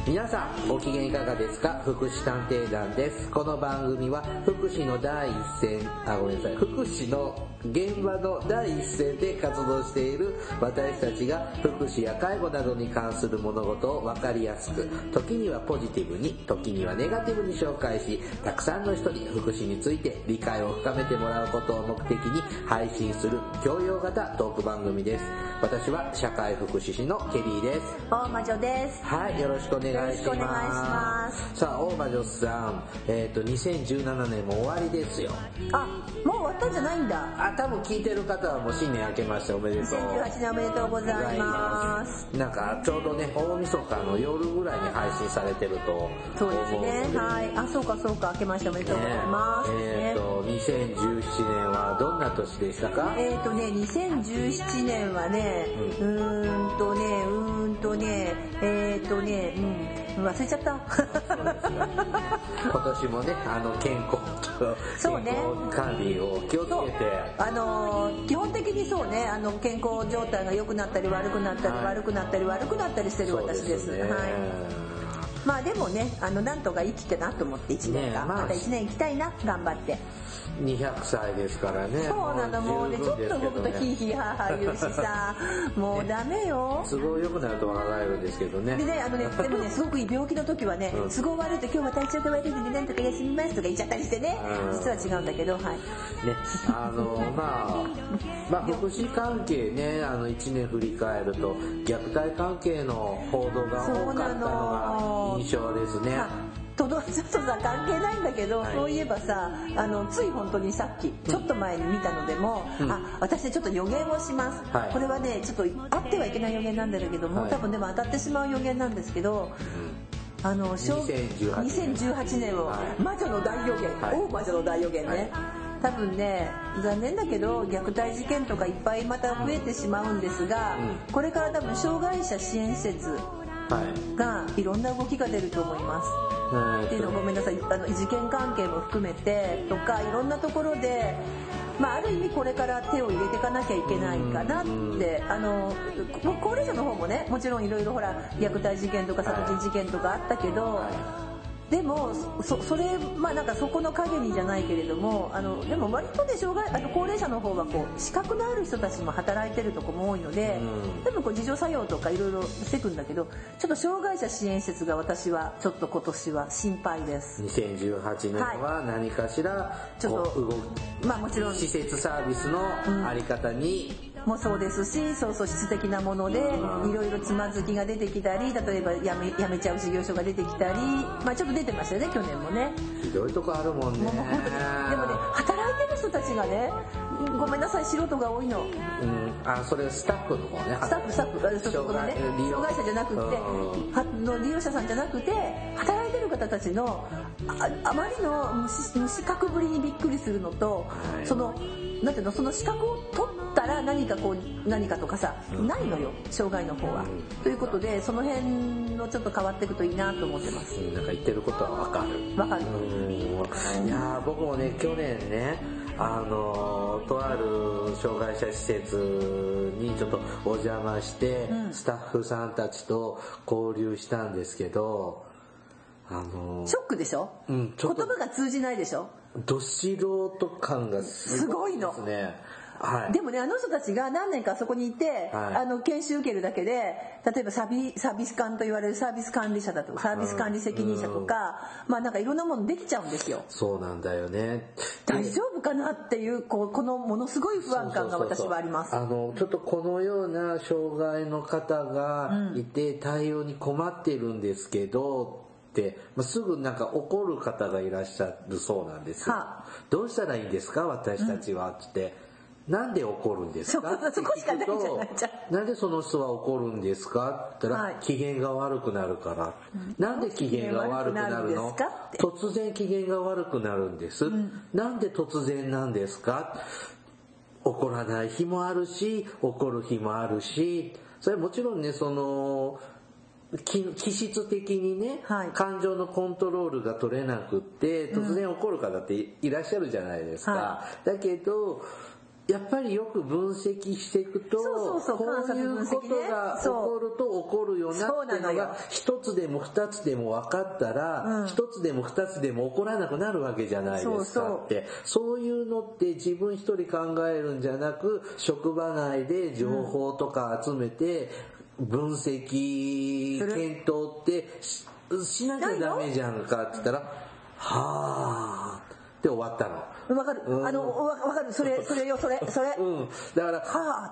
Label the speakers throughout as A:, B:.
A: 皆さんご機嫌いかがですか？福祉探偵団です。この番組は福祉の第一線、福祉の現場の第一線で活動している私たちが福祉や介護などに関する物事を分かりやすく、時にはポジティブに、時にはネガティブに紹介し、たくさんの人に福祉について理解を深めてもらうことを目的に配信する教養型トーク番組です。私は社会福祉士のケリーです。
B: 大魔女です。
A: はい、よろしくお願いします。
B: よろしくお願いします。
A: さあ、大魔女さん、2017年も終わりですよ。
B: あ、もう終わったんじゃないんだ。
A: 多分聞いてる方はもう新年明けましておめでとう。
B: 2018年おめでとうございます。
A: なんかちょうどね、大晦日の夜ぐらいに配信されてると。
B: そうですね。はい。あ、そうか、明けましておめでとうございます。
A: 2017年はどんな年でしたか
B: ？2017年はね、忘れちゃった。
A: 今年もね、健康と
B: そうね、
A: 健康管理を気をつけて、
B: 基本的にそうね、健康状態が良くなったり悪くなったり、はい、悪くなったりしてる私です。はい。まあでもね、なんとか生きてなと思って1年間、また1年生きたいな、頑張って。
A: 200歳ですからね。
B: そうなの、もうね、ちょっと動くとヒーヒーハーハー言うしさ、もうダメよ。
A: 都合良くなると笑えるんですけどね。
B: でね、でもね、すごくいい病気の時はね、都合悪いと今日は体調が悪いのでなんとか休みますとか言っちゃったりしてね、実は違うんだけど、はい。ね、
A: まあ福祉関係ね、1年振り返ると虐待関係の報道が多かったのが印象ですね。
B: ちょっとさ関係ないんだけど、はい、そういえばさつい本当にさっきちょっと前に見たのでも、私ねちょっと予言をします、はい、これはねちょっとあってはいけない予言なんだけども、はい、多分でも当たってしまう予言なんですけど、2018年を魔女の大予言、はい、大魔女の大予言ね、はい、多分ね残念だけど虐待事件とかいっぱいまた増えてしまうんですが、これから多分障害者支援施設がいろんな動きが出ると思います。っていうのごめんなさい、事件関係も含めてとかいろんなところで、ある意味これから手を入れていかなきゃいけないかなって、高齢者の方もねもちろんいろいろほら虐待事件とか殺人事件とかあったけど、でもそれなんかそこの陰にじゃないけれどもでも割とね高齢者の方はこう資格のある人たちも働いてるとこも多いので、でもこう自助作用とかいろいろしてくんだけど、ちょっと障害者支援施設が私はちょっと今年は心配です。
A: 2018年は何かしら
B: ちょっともちろん
A: 施設サービスのあり方に、
B: もそうですし、質的なものでいろいろつまずきが出てきたり、例えばやめちゃう事業所が出てきたり、ちょっと出てましたよね去年もね。
A: ひどいとこあるもんね。もう本当に
B: でもね働いてる人たちがね、ごめんなさい素人が多いの。
A: それスタッフの方ね。
B: スタッフ障害者じゃなくて、利用者さんじゃなくて働いてる方たちのあまりの無資格ぶりにびっくりするのと、なんていうの、その資格を取ったら何かとかさ、ないのよ障害の方は、ということでその辺のちょっと変わっていくといいなと思ってます。
A: なんか言ってることはわかる。いや僕もね去年ねとある障害者施設にちょっとお邪魔して、スタッフさんたちと交流したんですけど、
B: ショックでしょ、言葉が通じないでしょ、
A: ど素人感がすごいですね。はい、
B: でもね人たちが何年かそこにいて、研修受けるだけで、例えばサービス官と言われるサービス管理者だとかサービス管理責任者とか、なんかいろんなものできちゃうんですよ。
A: そうなんだよね。
B: 大丈夫かなっていうこのものすごい不安感が私はあります。
A: ちょっとこのような障害の方がいて対応に困ってるんですけどって、すぐなんか怒る方がいらっしゃるそうなんですよ。どうしたらいいんですか私たちはって。なんで怒るんですかって聞くと、なんでその人は怒るんですかって言ったら、機嫌が悪くなるから。なんで機嫌が悪くなるの？突然機嫌が悪くなるんです。なんで突然なんですか？怒らない日もあるし、怒る日もあるし、それもちろんね気質的にね、感情のコントロールが取れなくって突然怒る方っていらっしゃるじゃないですか、だけどやっぱりよく分析していくと、こういうことが起こると起こるよなっていうのが一つでも二つでも分かったら、一つでも二つでも起こらなくなるわけじゃないですかって。そういうのって自分一人考えるんじゃなく、職場内で情報とか集めて分析検討ってしなきゃダメじゃんかって言ったら、はぁって終わったの。
B: わかる。わかる。それよ、それ。
A: だから、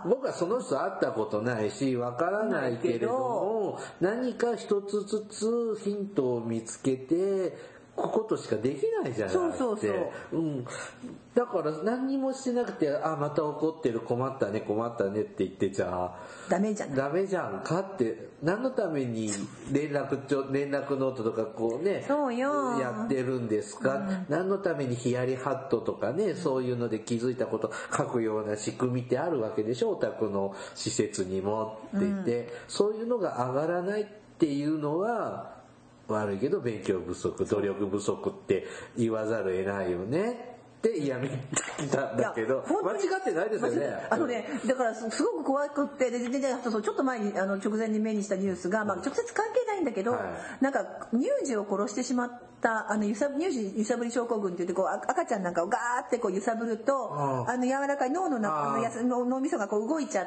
A: 僕はその人会ったことないし、わからないけれども、何か一つずつヒントを見つけて、ことしかできないじゃないって。だから何にもしてなくて、また怒ってる、困ったねって言ってちゃ
B: ダメじゃん
A: かって、何のために連絡ノートとかこうね、やってるんですか、何のためにヒヤリハットとかね、そういうので気づいたこと書くような仕組みってあるわけでしょ、お宅の施設にもって言って、そういうのが上がらないっていうのは、悪いけど勉強不足、努力不足って言わざるを得ないよねって嫌みたんだけど、間違ってないですよね。
B: だからすごく怖くって、ちょっと前に直前に目にしたニュースが、直接関係ないんだけど、なんか乳児を殺してしまった乳児揺さぶり症候群って言って、こう赤ちゃんなんかをガーってこう揺さぶると、柔らかい脳の脳みそがこう動いちゃって、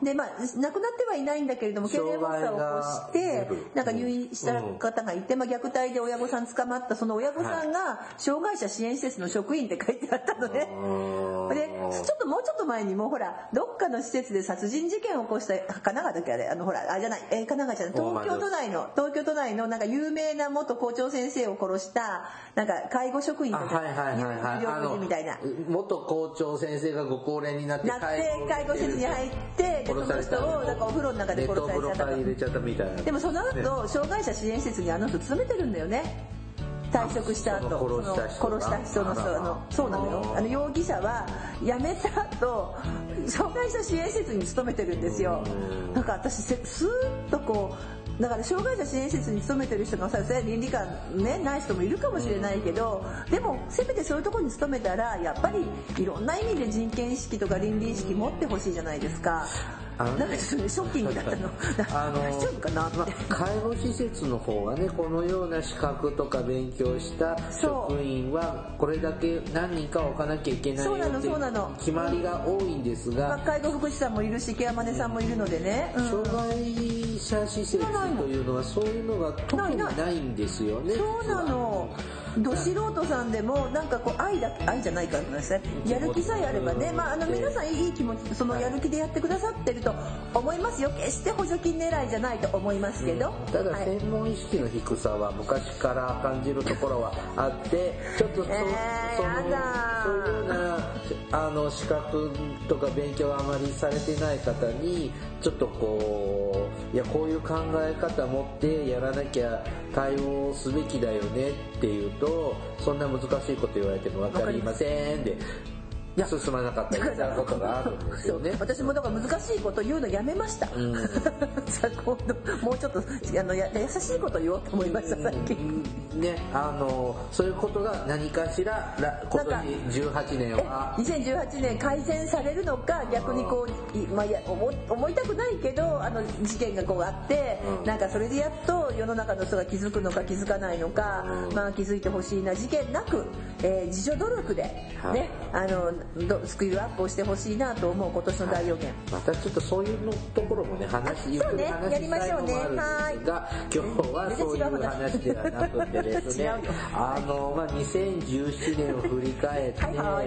B: で亡くなってはいないんだけれども経年発作を起こしてなんか入院した方がいて、虐待で親御さん捕まった、その親御さんが障害者支援施設の職員って書いてあったのね。でもうちょっと前にもほらどっかの施設で殺人事件を起こした神奈川だっけ、あれ神奈川じゃない、東京都内のなんか有名な元校長先生を殺したなんか介護職員とかみたいな、
A: 元校長先生がご高齢になって
B: 介護施設に入ってでその人をなんかお風呂の中で殺されちゃったみたいな。でもその後障害者支援施設にあの人勤めてるんだよね。退職した後、殺した人のそうなのよ。容疑者は辞めた後障害者支援施設に勤めてるんですよ。なんか私スーッとこうだから障害者支援施設に勤めてる人がさ、倫理観ねない人もいるかもしれないけど、でもせめてそういうところに勤めたらやっぱりいろんな意味で人権意識とか倫理意識持ってほしいじゃないですか。なんかショッキングだったの。大丈夫かなって。
A: 介護施設の方はね、このような資格とか勉強した職員はこれだけ何人か置かなきゃいけないよって決まりが多いんですが、
B: 介護福祉さんもいるしケアマネさんもいるのでね、
A: 障害者施設というのはそういうのが特にないんですよね。
B: そうなの。ど素人さんでもなんかこう愛じゃないからですね、やる気さえあればね、皆さんいい気持ち、そのやる気でやってくださってると思いますよ。決して補助金狙いじゃないと思いますけど、
A: ただ専門意識の低さは昔から感じるところはあって、ちょっとそういうような資格とか勉強はあまりされてない方にちょっとこういう考え方持ってやらなきゃ対応すべきだよねっていうと、そんな難しいこと言われても分かりませんで進まなかったりしたことがあるんですよね。
B: 私もだから難しいこと言うのやめました。今度もうちょっと優しいこと言おうと思いました最近。
A: ね、そういうことが何かしら今年18年は
B: 2018年改善されるのか、逆にこう、思いたくないけど事件がこうあって、なんかそれでやっと世の中の人が気づくのか気づかないのか、気づいてほしいな、事件なく、自助努力でね、スキルアップをしてほしいなと思う今年の大予言。
A: またちょっとそういうのところもねゆっくり話したいのもあるんですが、今日はそういう話ではなくてですね、2017年を振り返って、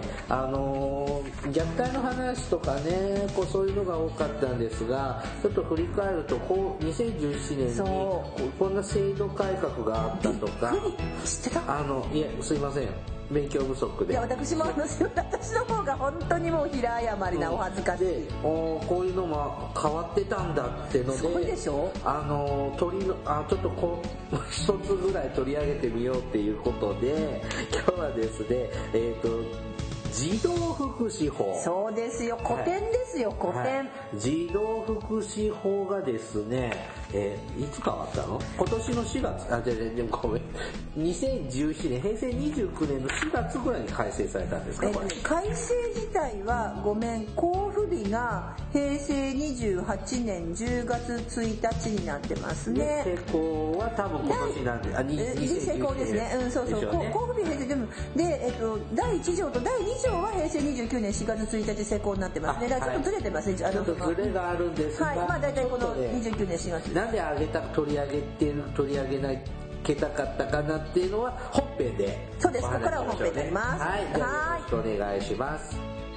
A: 虐待の話とかね、そういうのが多かったんですが、ちょっと振り返ると2017年にこんな制度改革があったとか、
B: 知ってた？
A: いえ、すいません、勉強不足で。
B: いや、私も私の方が本当にもう平謝りな、お恥ずかしい。
A: で、こういうのも変わってたんだってので、
B: すごいでしょ？
A: ちょっと一つぐらい取り上げてみようっていうことで、今日はですね、 児童福祉法。
B: そうですよ、古典ですよ、古典。
A: 児童福祉法がですね、いつ変わったの？今年の4月、でもごめん。2017年、平成29年の4月ぐらいに改正されたんですか、これ。
B: 改正自体は、ごめん、交付日が平成28年10月1日になってますね。
A: 施行は多分今年なんで、
B: 施行ですね。そうそう。交付日平成で、第1条と第2条は平成29年4月1日施行になってますね。だからちょっとずれてますね。
A: ちょっとずれがあるんですが、
B: まあ大体この29年4月。
A: なんで取り上げないけたかったかなっていうのは本編で。
B: そうです。ここからは本編になります。
A: はい。じゃあよろしくお願いします。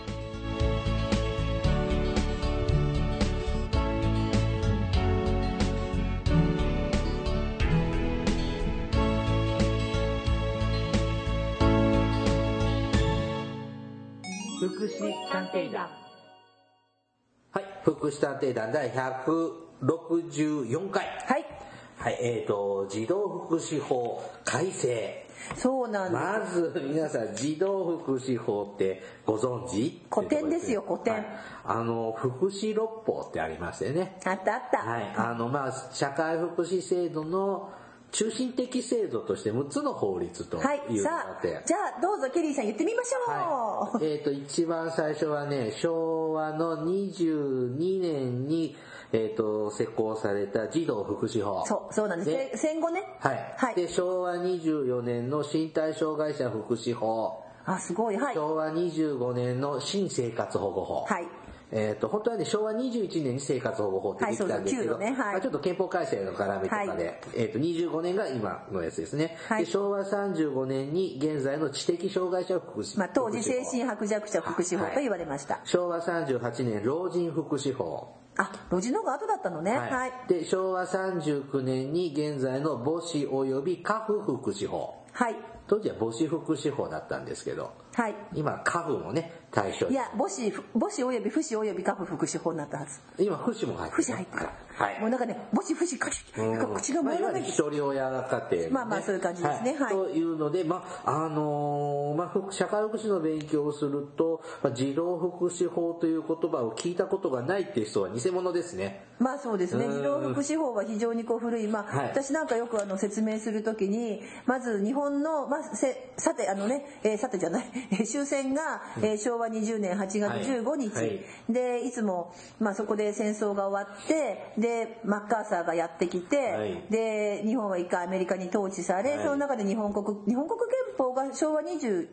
B: 福祉探偵団。
A: はい、福祉探偵団第164回。
B: はい。
A: はい、児童福祉法改正。
B: そうなんです。
A: まず皆さん、児童福祉法ってご存知？
B: 古典ですよ、古典。はい、
A: 福祉六法ってありましてね。
B: あったあった。
A: はい、社会福祉制度の中心的制度として6つの法律というのがあって、
B: さあ、じゃあどうぞケリーさん言ってみましょう。
A: はい、一番最初はね、昭和の22年に施行された児童福祉法。
B: そうなんです。戦後ね。
A: はい。はい、で、昭和24年の身体障害者福祉法。
B: あ、すごい。はい。
A: 昭和25年の新生活保護法。はい。本当はね、昭和21年に生活保護法ってできたんですけど、ちょっと憲法改正の絡みとかで、25年が今のやつですね。はい、で昭和35年に現在の知的障害者福祉法。
B: 当時精神薄弱者福祉法と言われました。
A: 昭和38年老人福祉法。
B: 老人の方が後だったのね。はい。
A: で、昭和39年に現在の母子及び家父福祉法。はい。当時は母子福祉法だったんですけど、はい。今家父もね対象に。
B: いや母子及び父子及び家父福祉法になったはず。
A: 今父子も入ってる。
B: 父子入ってる。はい。もうなんかね母子父子口が回らない。
A: 一人親家庭、ね。
B: まあそういう感じですね。はい。
A: というので社会福祉の勉強をすると、児童福祉法という言葉を聞いたことがないっていう人は偽物ですね。
B: まあそうですね。児童福祉法は非常に古い。私なんかよく説明するときにまず日本のさてじゃない終戦が、昭和20年8月15日、はい、でいつも、そこで戦争が終わってでマッカーサーがやってきて、はい、で日本は一回アメリカに統治され、はい、その中で日本国憲法が昭和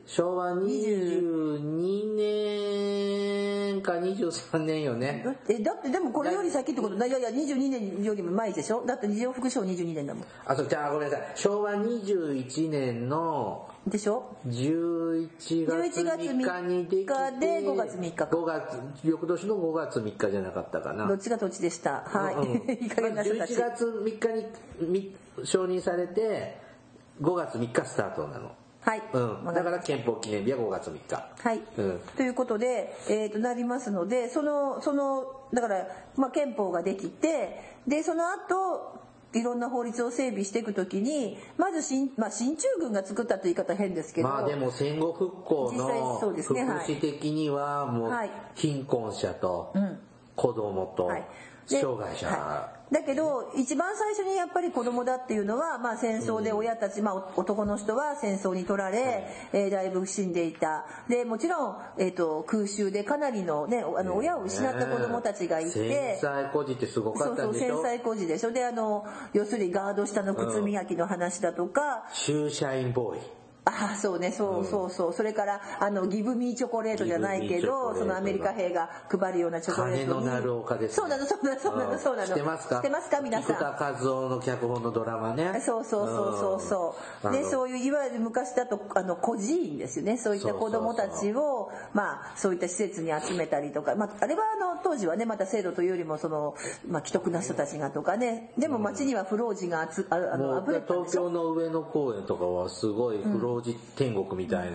A: 22年か23年よね。
B: だってでもこれより先ってことだ。いや22年よりも前でしょ。だって児童福祉法22年だもん。
A: じゃあごめんなさい。昭和21年の
B: でしょ。
A: 11月3日にできて
B: で5月3日
A: 翌年の5月3日じゃなかったかな。
B: どっちがどっちでした。はい。いい加減な人たち。
A: 11月3日に承認されて5月3日スタートなの。はい。だから憲法記念日は5月3日。
B: はい。ということでなりますので、だから憲法ができて、でその後いろんな法律を整備していくときにまず進駐軍が作ったという言い方変ですけど、
A: でも戦後復興の福祉的にはもう貧困者と子供と障害者、
B: だけど一番最初にやっぱり子供だっていうのは、戦争で親たち、男の人は戦争に取られ、だいぶ死んでいた。でもちろん、空襲でかなりのね親を失った子供たちがいて、
A: 戦災孤児ってすごかったんでしょ。
B: 戦災孤児でしょ。で要するにガード下の靴磨きの話だとか、
A: シューシャインボーイ。
B: そうね、そうそれからギブミーチョコレートじゃないけど、そのアメリカ兵が配るようなチョコレートに
A: 金のなる丘です、
B: そうなの知ってますか皆さん。
A: 生田和夫の脚本のドラマね。
B: そうでそういういわゆる昔だと孤児院ですよね。そういった子供たちをそういった施設に集めたりとか、あれは当時はねまた制度というよりも既得な人たちがとかね。でも街には不老児が溢れてたでしょ。
A: 東京の上野公園とかはすごい不老児天国みたいな、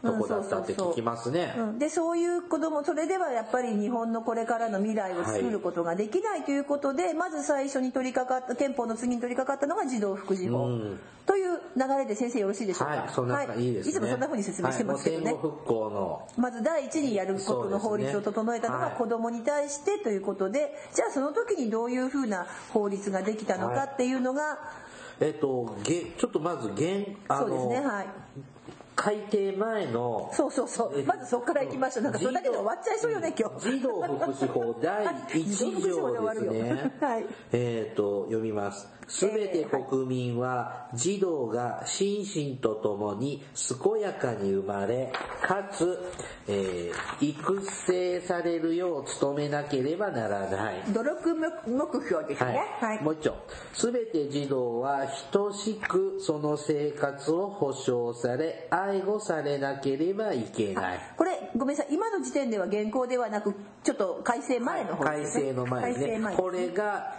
A: とこだったって聞きますね。
B: でそういう子供、それではやっぱり日本のこれからの未来を作ることができないということで、まず最初に取り掛かった憲法の次に取り掛かったのが児童福祉法という流れで、先生よろしいでしょうか。
A: はい、そんないいですね。
B: いつもそんな風に説明してますけどね。
A: 戦後復興の
B: まず第一にやることの法律を整えたのが子供に対してということで、じゃあその時にどういう風な法律ができたのかっていうのが、
A: ちょっとまずそうですね、はい。改定前の
B: そうまずそこから行きましょう。なんかそれだけで終わっちゃいそうよね今日。
A: 児童福祉法第1条ですね。
B: はい、
A: 読みます。すべて国民は児童が心身とともに健やかに生まれ、かつ、育成されるよう努めなければならない。
B: 努力目標ですね。
A: はい。もう一丁。すべて児童は等しくその生活を保障され、愛護されなければいけない。
B: これごめんなさい、今の時点では現行ではなく、ちょっと改正前の方ですね。
A: 改正の前ですね。これが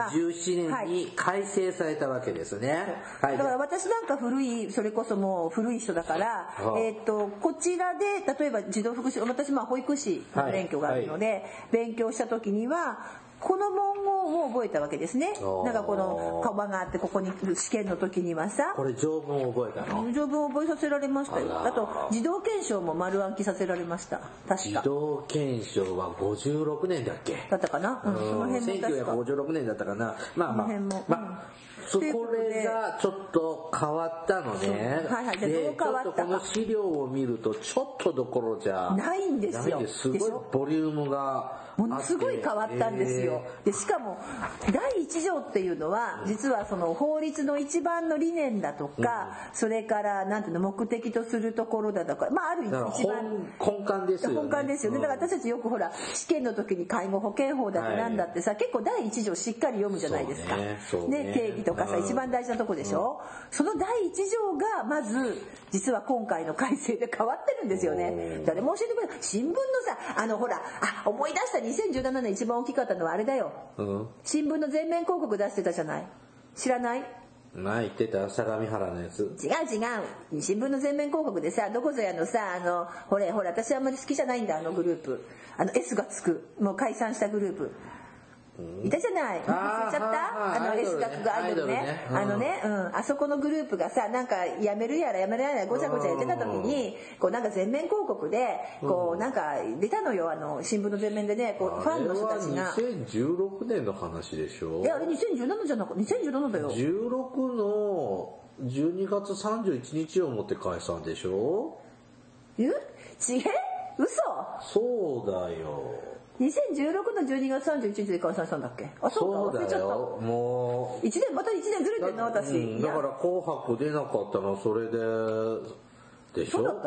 A: 17年に改正されたわけですね。
B: だから私なんかそれこそもう古い人だから、こちらで例えば児童福祉、私保育士の免許があるので、勉強した時にはこの文言を覚えたわけですね。なんかこの川があって、ここに試験の時にはさ、
A: これ条文を覚えたの？
B: 条文を覚えさせられましたよ。あと児童憲章も丸暗記させられました。確か
A: 児童憲章は56年だっけ
B: だったかな、その辺も確か
A: 1956年だったかな。これがちょっと変わったのね。
B: はいはい。じゃあどう変わったか。
A: この資料を見るとちょっとどころじゃ
B: ないんですよ。
A: すごいボリュームが
B: ものすごい変わったんですよ。でしかも第一条っていうのは実はその法律の一番の理念だとか、それからなんていうの目的とするところだとか、ある一番
A: 根幹ですよね。
B: 根幹ですよね。だから私たちよくほら試験の時に介護保険法だってなんだってさ、結構第一条しっかり読むじゃないですか。ね、定義とかさ、一番大事なとこでしょ。その第一条がまず実は今回の改正で変わってるんですよね。誰も教えてくれない。新聞のさ、ほら思い出した2017年一番大きかったのはあれだよ。新聞の全面広告出してたじゃない。知らない？
A: 言ってた相模原のやつ。違
B: う。新聞の全面広告でさ、どこぞやのさ、ほら私あんまり好きじゃないんだ、グループ。S がつく、もう解散したグループ。いたじゃない。忘れちゃった？S がアイドルね。あそこのグループがさ、なんかやめるやらごちゃごちゃやってた時に、なんか全面広告でなんか出たのよ、新聞の全面でね、ファンの人たちが。
A: 2016年の話でしょ。
B: いや、あれ2017じゃなくて2017だよ。
A: 16の12月31日をもって解散でしょ。
B: 違う？嘘？
A: そうだよ。
B: 2016の12月31日で解散したんだっけ？
A: そうだよ。もう
B: また1年ずれてんの私。
A: だから紅白出なかったのそれでしょ。
B: そうだった？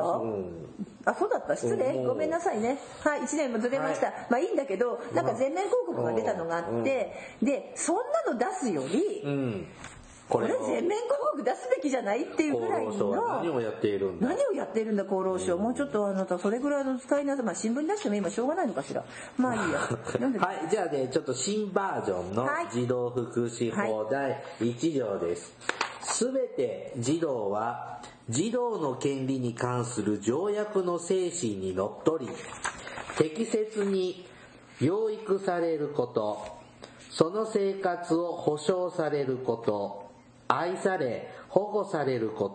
B: そうだった。失礼。ごめんなさいね。はい、1年もずれました。いいんだけど、なんか全面広告が出たのがあって、でそんなの出すより、これ全面広告出すべきじゃないっていうぐらいの。
A: 厚労省は何をやっているんだ。
B: 何をやっているんだ厚労省。もうちょっとあなたそれぐらいの使いなさい。新聞出しても今しょうがないのかしら。いいや。
A: はい、じゃあね、ちょっと新バージョンの児童福祉法第1条です。すべて児童は児童の権利に関する条約の精神にのっとり、適切に養育されること、その生活を保障されること、愛され保護されること、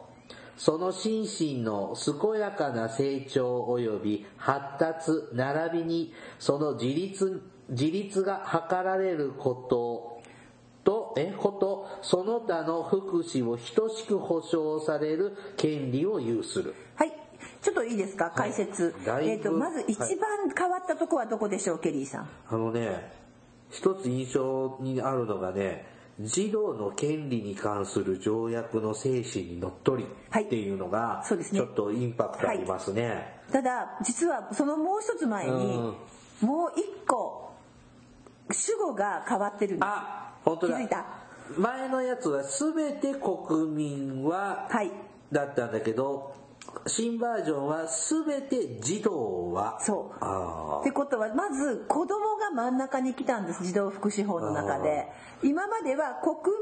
A: その心身の健やかな成長及び発達並びにその自立が図られることその他の福祉を等しく保障される権利を有する。
B: はい、ちょっといいですか、解説。まず一番変わったとこはどこでしょう、ケリーさん。
A: 一つ印象にあるのがね、児童の権利に関する条約の精神にのっとりっていうのがちょっとインパクトありますね。
B: ただ実はそのもう一つ前にもう一個主語が変わってるんです。
A: 本当だ。
B: 気づいた？
A: 前のやつは全て国民はだったんだけど、新バージョンは全て児童は。
B: そうってことはまず子供が真ん中に来たんです。児童福祉法の中で今までは国民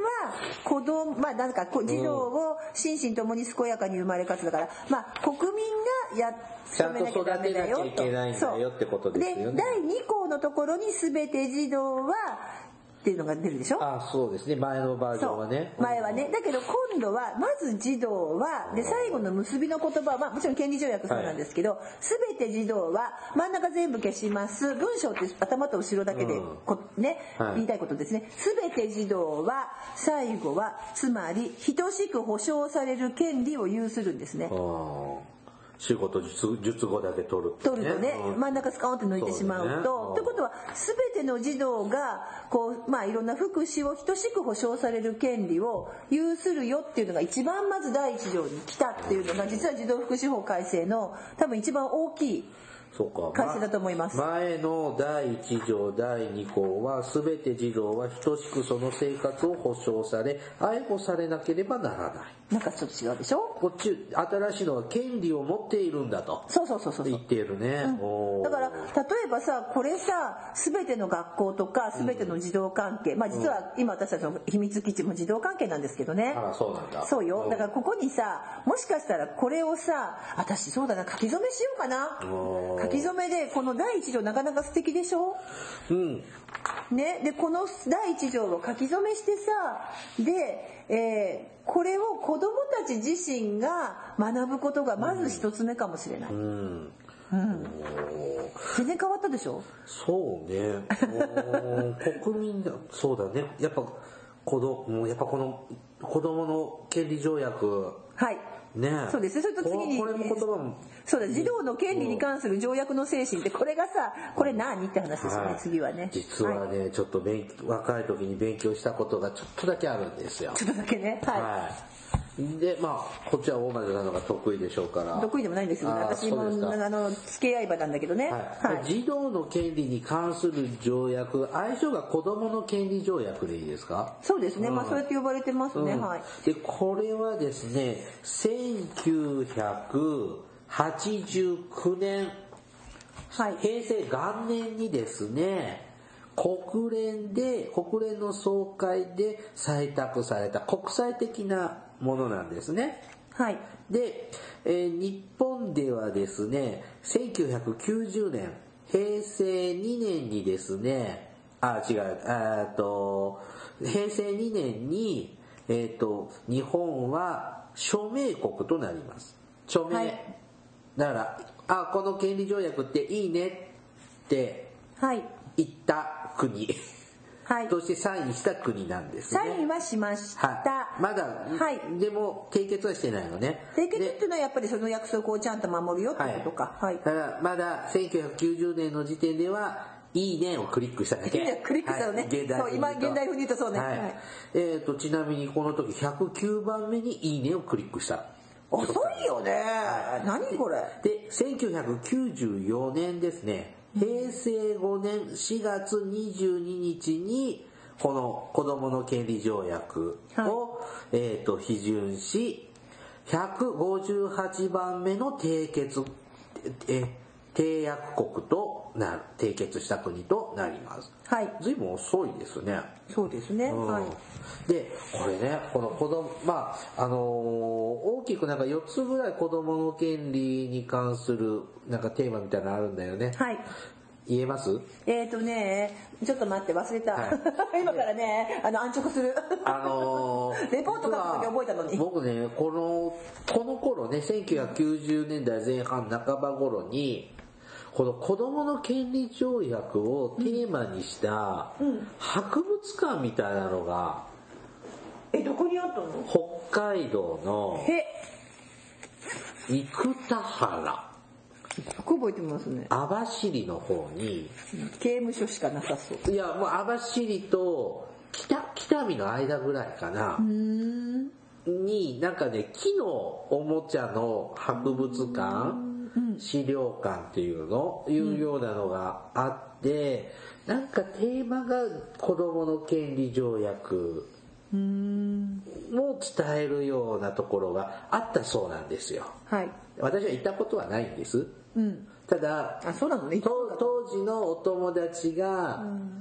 B: 子供、まあなんか児童を心身ともに健やかに生まれかつだから、まあ国民が
A: ちゃんと育てなきゃいけないんだよってことですよね。
B: で第2項のところに全て児童はっていうのが出るでしょ。
A: あ、そうですね。前のバージョンはね。
B: 前はね。だけど今度はまず児童はで最後の結びの言葉は、まあ、もちろん権利条約そうなんですけど、全て児童は真ん中全部消します。文章って頭と後ろだけで言いたいことですね。全て児童は最後はつまり等しく保障される権利を有するんですね。
A: 主語と述語だけ取ると
B: ね、真ん中スカーンって抜いてしまうと、ということは全ての児童がこう、まあ、いろんな福祉を等しく保障される権利を有するよっていうのが一番まず第一条に来たっていうのが実は児童福祉法改正の多分一番大きい改正だと思います。
A: 前の第1条第2項は全て児童は等しくその生活を保障され愛護されなければならない。
B: なんかちょっと違うでしょ。
A: こっち新しいのは権利を持っているんだと
B: そう
A: 言っているね、
B: だから例えばさこれさ全ての学校とか全ての児童関係、まあ実は今私たちの秘密基地も児童関係なんですけどね。
A: あ、そうなんだ。
B: そうよ。だからここにさもしかしたらこれをさ私そうだな書き初めしようかな。書き初めでこの第1条なかなか素敵でしょ。ね、でこの第1条を書き初めしてさで、これを子どもたち自身が学ぶことがまず一つ目かもしれない。全然変わったでしょ。
A: そうね。国民だ。そうだね。やっぱこの子供の権利条約。
B: はい。
A: ね。
B: そうですね。それと次に
A: これの言葉も。
B: そうだ、児童の権利に関する条約の精神ってこれがさこれ何って話ですよね。次はね。
A: 実はね、ちょっと若い時に勉強したことがちょっとだけあるんですよ。
B: ちょっとだけね。はい。
A: でまあこっちは大魔女なのが得意でしょうから。
B: 得意でもないんですよね。私も付け合い場なんだけどね。
A: 児童の権利に関する条約、愛称が子どもの権利条約でいいですか。
B: そうですね。まあそうやって呼ばれてますね。はい。
A: でこれはですね1989年、平成元年にですね国連の総会で採択された国際的なものなんですね。
B: はい。
A: で、日本ではですね1990年平成2年にですね平成2年に日本は署名国となります。署名、だからこの権利条約っていいねって言った国、としてサインした国なんですね。
B: サインはしました。
A: まだ、でも締結はしてないのね。
B: 締結っていうのはやっぱりその約束をちゃんと守るよってことか。
A: だからまだ1990年の時点ではいいねをクリックしただけ。
B: クリックしたのね。今現代風に言うとそうね。
A: ちなみにこの時109番目にいいねをクリックした。
B: 遅いよね。何これ。
A: で1994年ですね平成5年4月22日にこの子どもの権利条約を、批准し158番目の締約国となる締結した国となります。随分遅いですね。
B: そうですね。
A: でこれねこの子供大きくなんか4つぐらい子供の権利に関するなんかテーマみたいなのあるんだよね。言えます？
B: ちょっと待って忘れた。今からね安直する。レポート書く時覚えたのに。
A: 僕ねこの頃ね1990年代前半半ば頃にこの子どもの権利条約をテーマにした博物館みたいなのが、
B: どこにあったの？
A: 北海道の生田原。
B: よく覚えてますね。
A: 網走の方に
B: 刑務所しかなさそう。
A: いやもう網走と北見の間ぐらいかなになんかね木のおもちゃの博物館、資料館っていうようなのがあってなんかテーマが子どもの権利条約を伝えるようなところがあったそうなんですよ。私は行ったことはないんです。ただ
B: そうなのね。
A: 当時のお友達が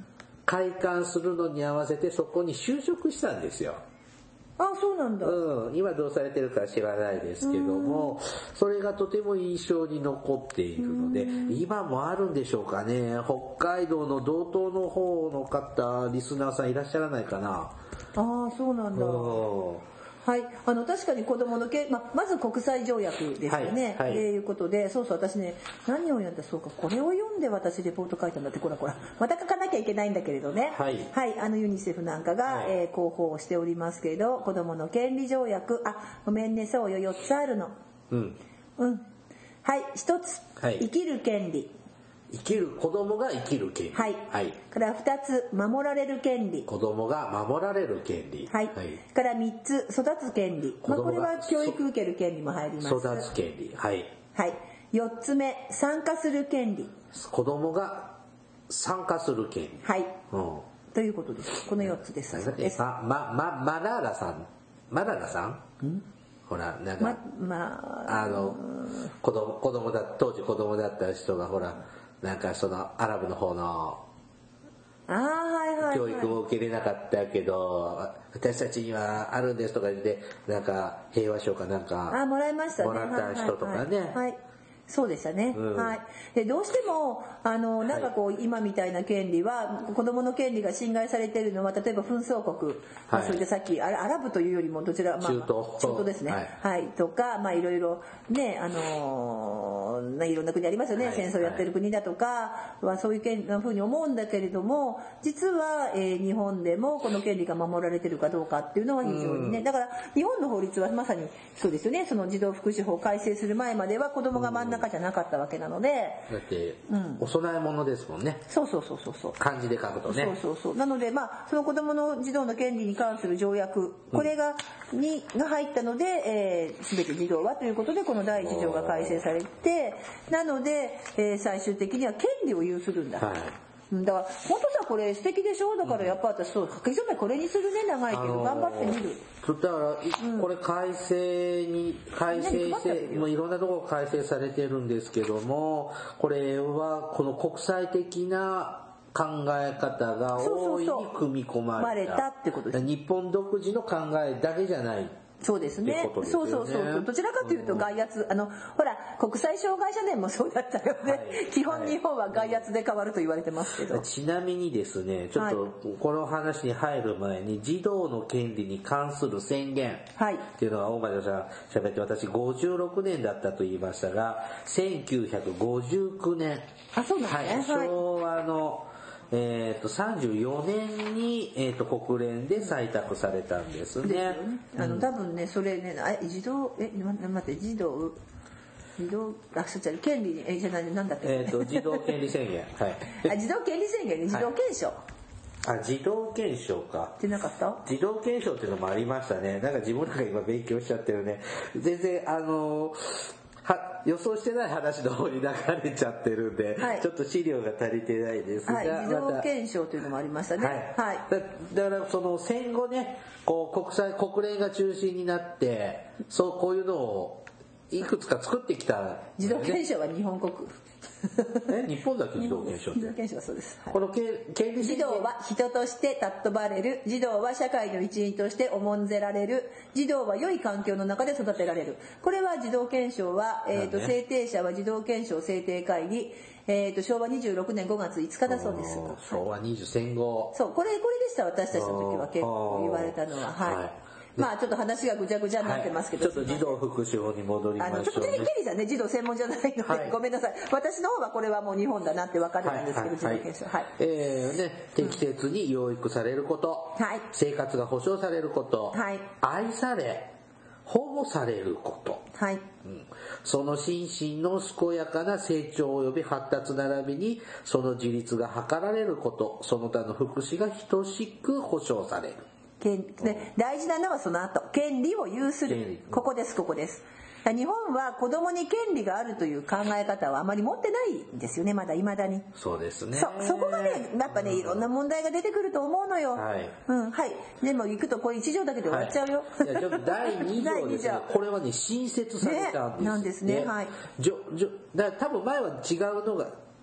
A: 開館するのに合わせてそこに就職したんですよ。
B: あ、そうなんだ。
A: 今どうされてるか知らないですけども、それがとても印象に残っているので、今もあるんでしょうかね。北海道の道東の方の方、リスナーさんいらっしゃらないかな。
B: ああ、そうなんだ。はい、確かに子供のまず国際条約ですよね。ということで、そうそう、私ね、何をやった、そうか、これを読んで私レポート書いたんだって、こら、また書かなきゃいけないんだけれどね。はい、ユニセフなんかが、広報をしておりますけれど、子供の権利条約、ごめんね、そうよ、4つあるの。はい、1つ、生きる権利。
A: 子供が生きる権利。
B: はい。から2つ、守られる権利。
A: 子供が守られる権利。
B: はい。から3つ、育つ権利。これは教育受ける権利も入ります。
A: 育つ権利。はい。
B: はい。4つ目、参加する権利。
A: 子供が参加する権利。
B: はい。ということです。この4つです。
A: マララさんほら、なんか、当時子供だった人がほら、なんかそのアラブの方の教育を受けれなかったけど、私たちにはあるんですとか言って、なんか平和賞かなんか
B: もらいましたね。
A: もらった人とかね。
B: そうでしたね。はい。で、どうしてもなんかこう今みたいな権利は子供の権利が侵害されているのは、例えば紛争国、そういったさっきアラブというよりもどちら、中東ですね。とかいろいろね、いろんな国ありますよね。戦争やってる国だとかはそういうふうに思うんだけれども、実は日本でもこの権利が守られてるかどうかっていうのは非常にね。だから日本の法律はまさにそうですよね。その児童福祉法を改正する前までは子供が真ん中じゃなかったわけなので、
A: だってお供え物ですもんね。
B: そう
A: 漢字で書くとね。
B: なのでその子供の児童の権利に関する条約、これが入ったので、全て児童はということでこの第1条が改正されて、なので、最終的には権利を有するんだ。だから本当さこれ素敵でしょ。だからやっぱ私書き初めこれにするね、長いけど頑張ってみる。
A: だからこれ改正してもういろんなところ改正されてるんですけども、これはこの国際的な考え方が大いに組み込まれた
B: ってことです。
A: 日本独自の考えだけじゃない。
B: そうですね。そう。どちらかというと外圧、ほら国際障害者年もそうだったよね。基本日本は外圧で変わると言われてますけど。
A: ちなみにですね、ちょっとこの話に入る前に児童の権利に関する宣言っていうのは大前さん喋って、私56年だったと言いましたが、1959年。
B: そうなんですね。
A: 昭和の34年に、国連で採択されたんですね。
B: 多分ね、それね、児童、権利、じゃない、なんだっけ。
A: 児童権利宣言。
B: 児童権利宣言ね、児童憲章。
A: 児童憲章か。
B: ってなかった？
A: 児童憲章っていうのもありましたね。なんか自分らが今勉強しちゃってるね。全然予想してない話の方に流れちゃってるんで、ちょっと資料が足りてないですが、
B: 児童憲章というのもありましたね。
A: だからその戦後ね、こう国連が中心になって、こういうのをいくつか作ってきた、
B: 児童憲章は日本国。
A: 日本だけ児童憲章って。
B: 児童憲章はそうです。
A: この権利
B: 児童は人として尊ばれる。児童は社会の一員として重んぜられる。児童は良い環境の中で育てられる。これは児童憲章は、制定者は児童憲章制定会議、昭和26年5月5日だそうです。
A: 昭和戦後。
B: そう、これでした。私たちの時は結構言われたのは。ちょっと話がぐちゃぐちゃになってますけど、
A: ちょっと児童福祉法に戻りましょうね。
B: ちょっとケリーさんね、児童専門じゃないので、ごめんなさい。私の方はこれはもう日本だなって分かるんですけど、児童憲章。
A: 適切に養育されること、生活が保障されること、愛され保護されること、その心身の健やかな成長及び発達並びにその自立が図られること、その他の福祉が等しく保障される。
B: 大事なのはその後、権利を有する。ここです。日本は子供に権利があるという考え方はあまり持ってないんですよね、まだ未だに。
A: そうですね。
B: そこがね、やっぱね、いろんな問題が出てくると思うのよ。でも行くとこれ1条だけで終わっちゃうよ。
A: ちょっと第2条ですね。これはね、新設されたんです。
B: なんですね。
A: 多分前は違うのが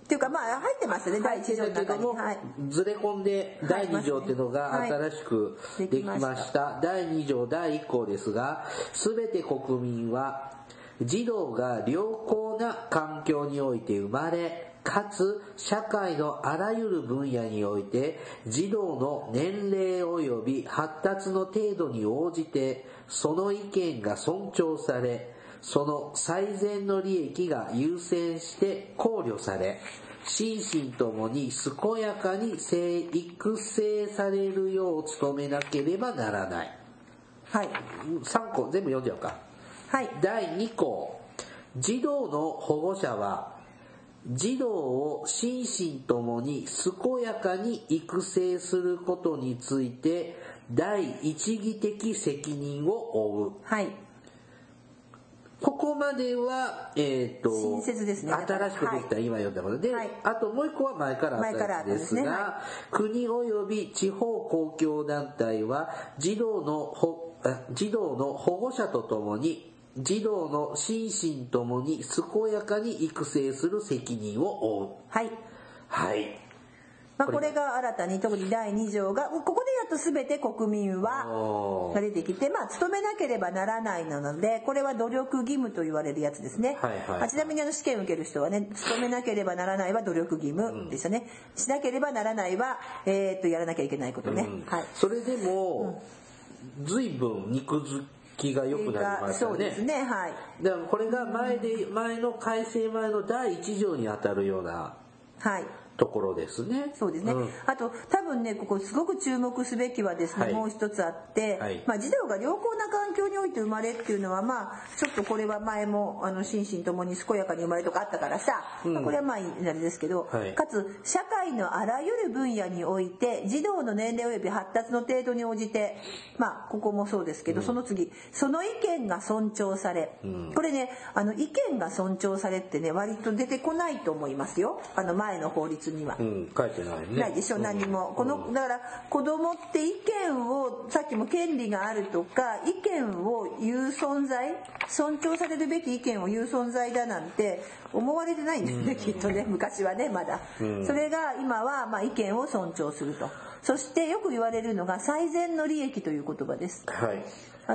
B: っていうかまあ入ってますね、第1条の中に。
A: ずれ込んで第2条っていうのが新しくできました。第2条第1項ですが、すべて国民は児童が良好な環境において生まれ、かつ社会のあらゆる分野において児童の年齢及び発達の程度に応じてその意見が尊重され、その最善の利益が優先して考慮され、心身ともに健やかに育成されるよう努めなければならない。
B: はい。
A: 3項全部読んじゃおうか。
B: はい。
A: 第2項、児童の保護者は児童を心身ともに健やかに育成することについて第一義的責任を負う。
B: はい。
A: ここまでは、
B: 親切ですね。
A: 新しくできた、今読んだことで、はい、あともう一個は前からあったやつですが、はい、国及び地方公共団体は児童の保護者とともに児童の心身ともに健やかに育成する責任を負う。
B: はい。
A: はい。
B: まあ、これが新たに特に第2条がここでやっと全て国民はが出てきて、まあ努めなければならないので、これは努力義務と言われるやつですね。はいはい、ちなみに試験を受ける人はね、努めなければならないは努力義務でしたね。しなければならないはやらなきゃいけないことね。はい。
A: それでも、随分肉付きが良くなりましたね。
B: そうですね。はい。
A: だからこれが前の改正前の第1条に当たるような。
B: はい。
A: ところですね。
B: そうですね。あと多分ね、ここすごく注目すべきはですね、はい、もう一つあって、はい、まあ児童が良好な環境において生まれっていうのはまあちょっとこれは前も心身ともに健やかに生まれとかあったからさ、まあ、これはまああれですけど、はい、かつ社会のあらゆる分野において児童の年齢及び発達の程度に応じて、まあここもそうですけど、その次その意見が尊重され、これね意見が尊重されってね割と出てこないと思いますよ。前の法律には、
A: 書いてないね。
B: ないでしょ、何も。だから子供って意見をさっきも権利があるとか意見を言う存在、尊重されるべき意見を言う存在だなんて思われてないんですね、きっとね、昔はねまだ。それが今はまあ意見を尊重すると。そしてよく言われるのが最善の利益という言葉です。
A: はい。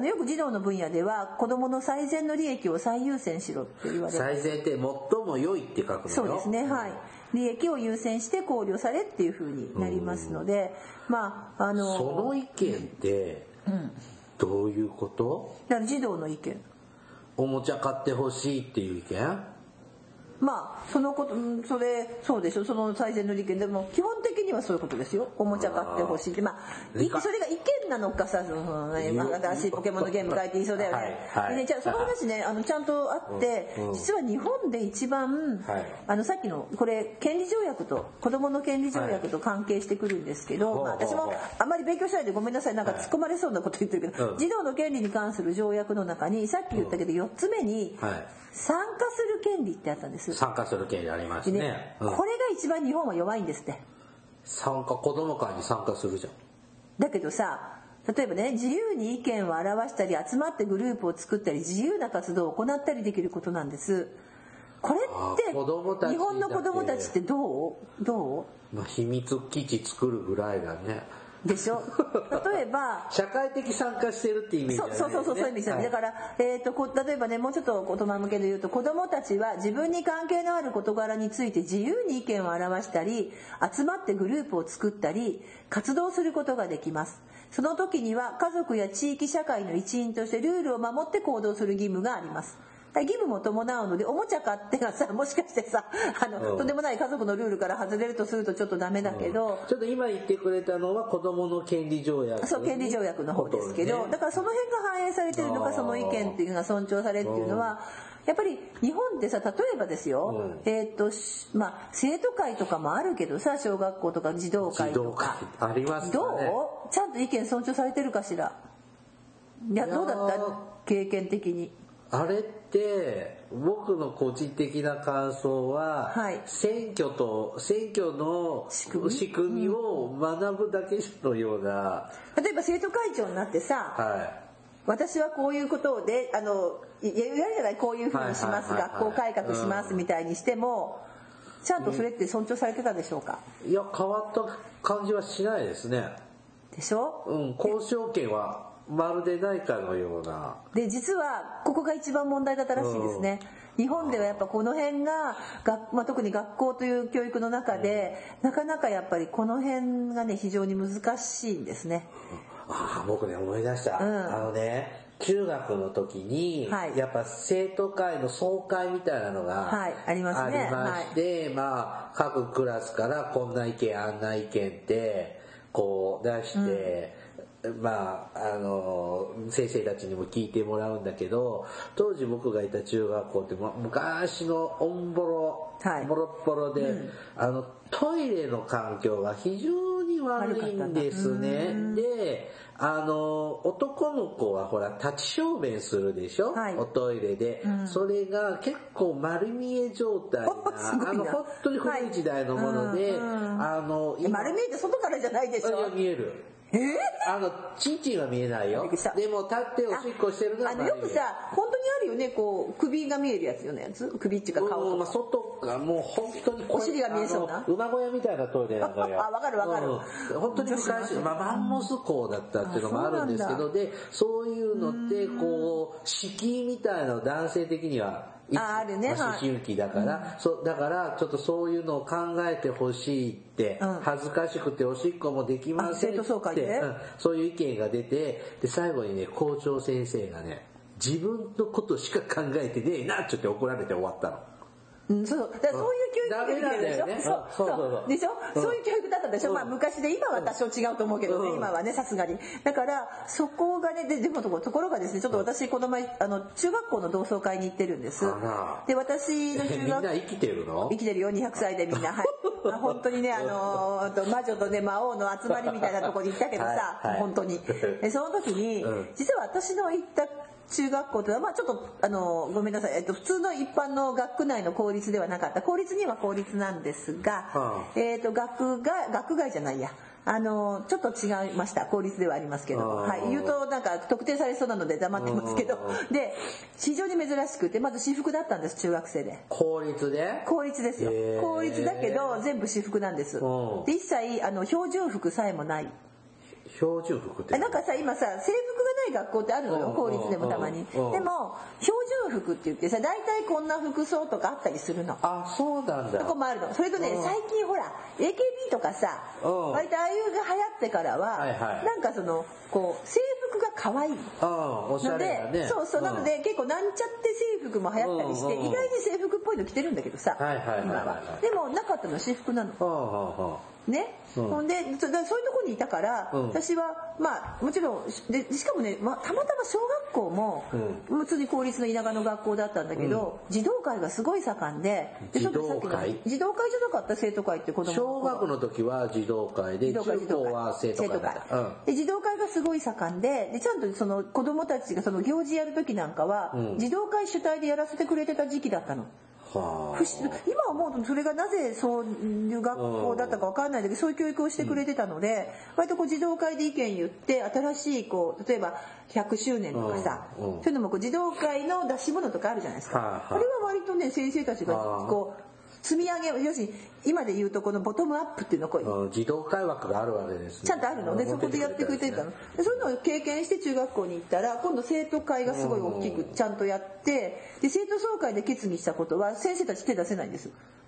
B: よく児童の分野では子どもの最善の利益を最優先しろって言われる。
A: 最善って最も良いって書くのよ。
B: そうですね、はい。利益を優先して考慮されっていう風になりますので、まあ
A: その意見ってどういうこと？
B: だから児童の意見。
A: おもちゃ買ってほしいっていう意見？
B: まあそのことそうでしょ、その最善の利権でも基本的にはそういうことですよ。おもちゃ買ってほしいって、まあそれが意見なのかさ、新しいポケモンのゲーム書いていいそうだよね。でね、じゃあその話ねちゃんとあって、実は日本で一番、さっきのこれ権利条約と子どもの権利条約と関係してくるんですけど、私もあんまり勉強しないでごめんなさい、なんか突っ込まれそうなこと言ってるけど、児童の権利に関する条約の中にさっき言ったけど4つ目に参加する権利ってあったんです。
A: 参加する権利ありますね。
B: これが一番日本は弱いんですって。
A: 子ども会に参加するじゃん。
B: だけどさ、例えばね、自由に意見を表したり集まってグループを作ったり自由な活動を行ったりできることなんです。これって日本の子どもたちってどう？
A: まあ、秘密基地作るぐらいだね。
B: でしょ。例えば
A: 社会的参加してるって意味じゃないですね。
B: そういう意味ですよね。だから例えばね、もうちょっと大人向けで言うと、子どもたちは自分に関係のある事柄について自由に意見を表したり集まってグループを作ったり活動することができます。その時には家族や地域社会の一員としてルールを守って行動する義務があります。義務も伴うので、おもちゃ買ってがさ、もしかしてさとんでもない家族のルールから外れるとするとちょっとダメだけど、
A: ちょっと今言ってくれたのは子どもの権利条約、
B: そう権利条約の方ですけど、だからその辺が反映されてるのか、その意見っていうのが尊重されっていうのはやっぱり日本ってさ、例えばですよ、まあ生徒会とかもあるけどさ、小学校とか児童会とか
A: ありますね。
B: どう？ちゃんと意見尊重されてるかしら。いや、どうだった経験的に。
A: あれって僕の個人的な感想は、選挙の仕組みを学ぶだけのような。
B: 例えば生徒会長になってさ、私はこういうことで言われるじゃない、こういうふうにします、学校改革しますみたいにしても、 ちゃんとそれって尊重されてたでしょうか？
A: いや、変わった感じはしないですね。
B: でしょ？
A: 交渉権はまるでないかのような。
B: で実はここが一番問題だったらしいですね。日本ではやっぱこの辺が特に学校という教育の中でなかなかやっぱりこの辺がね非常に難しいんですね。
A: 僕ね思い出した、中学の時に、やっぱ生徒会の総会みたいなのが
B: ありま
A: して、各クラスからこんな意見あんな意見ってこう出して、先生たちにも聞いてもらうんだけど、当時僕がいた中学校って昔のオンボロ、ボロッボロで、トイレの環境が非常に悪いんですね。で、男の子はほら立ち小便するでしょ、おトイレで、それが結構丸見え状態な本当に古い時代のもので、
B: 丸見えって外からじゃないでしょ？
A: 見える。チンチンは見えないよ。でも立っておしっこしてるのは
B: よくさ本当にあるよね、こう首が見えるやつよね、首っていうか顔とか、
A: 外がもう本当に
B: お尻が見えそうな
A: 馬小屋みたいなトイレなのよ。
B: わかる、
A: 本当に昔マンモス校だったっていうのもあるんですけど、でそういうのってこう敷居みたいなの男性的には
B: あるね、
A: 思春期だから、だからちょっとそういうのを考えてほしいって、恥ずかしくておしっこもできませんって、そういう意見が出て、で最後にね校長先生がね自分のことしか考えてねえなって怒られて終わったの。
B: そういう教育でしょ。そうでしょ。そういう教育だったでしょ。昔で、今は多少違うと思うけどね、今はねさすがに。だからそこがね、でもところがですね、ちょっと私この前中学校の同窓会に行ってるんです。で私の中学
A: みんな生きてるの？
B: 生きてるよ、200歳でみんな。本当にね魔女とね魔王の集まりみたいなところに行ったけどさ、本当に。その時に実は私の行った中学校というのはちょっとごめんなさい、普通の一般の学区内の公立ではなかった、公立には公立なんですが、学外じゃないや、ちょっと違いました。公立ではありますけど、言うとなんか特定されそうなので黙ってますけど、で非常に珍しくて、まず私服だったんです、中学生で。
A: 公立で？
B: 公立ですよ。公立だけど全部私服なんです。で一切標準服さえもない。
A: 標準服って
B: なんかさ、今さ制服がない学校ってあるのよ、公立でもたまに。でも標準服って言ってさ、大体こんな服装とかあったりするの。
A: そうなんだ。
B: そこもあるの。それとね、最近ほら AKB とかさ、割とああいうが流行ってからは、なんかこう制服が可愛い
A: おしゃれだね。
B: そうなので結構なんちゃって制服も流行ったりして、意外に制服っぽいの着てるんだけどさ、今は。でもなかったの、私服なの。ね、ほんでそういうところにいたから、私はもちろんで、しかもね、たまたま小学校も、普通に公立の田舎の学校だったんだけど、児童会がすごい盛んで、
A: 児童会
B: じゃなかった、生徒会って子供の
A: 小学の時は児童会で、中高は生徒会だった。
B: で児童会がすごい盛んで、ちゃんとその子供たちがその行事やる時なんかは、児童会主体でやらせてくれてた時期だったの。今思うとそれがなぜそういう学校だったか分からないんだけど、そういう教育をしてくれてたので、割と児童会で意見言って、新しい例えば100周年とかさ、そういうのも児童会の出し物とかあるじゃないですか。これは割とね、先生たちが積み上げ、要するに今で言うとこのボトムアップっていうの
A: 児童会枠があるわけですね。
B: ちゃんとあるので、そこでやってくれてたので、そういうのを経験して中学校に行ったら、今度生徒会がすごい大きくちゃんとやって、で生徒総会で決議したことは先生たち手出せないんです。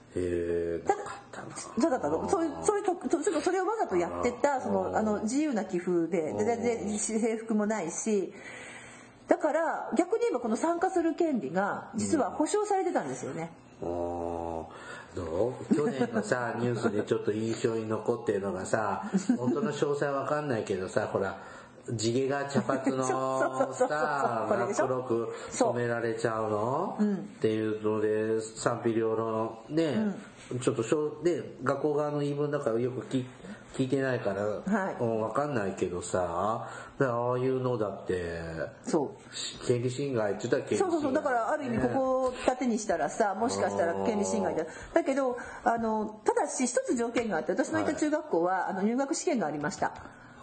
B: そうだったの。それをわざとやってた、自由な寄付で全然制服もないし、だから逆に言えばこの参加する権利が実は保障されてたんですよね。
A: 去年のさニュースでちょっと印象に残ってるのがさ、本当の詳細わかんないけどさ、ほら地毛が茶髪のさ真っ黒く染められちゃうの、っていうので賛否両論ね、ちょっと学校側の言い分だからよく聞いてないから、わかんないけどさ、ああいうのだって権利侵害って言ったら権利侵害、
B: そうだからある意味ここを盾にしたらさ、もしかしたら権利侵害だけど、ただし一つ条件があって、私のいた中学校は入学試験がありました。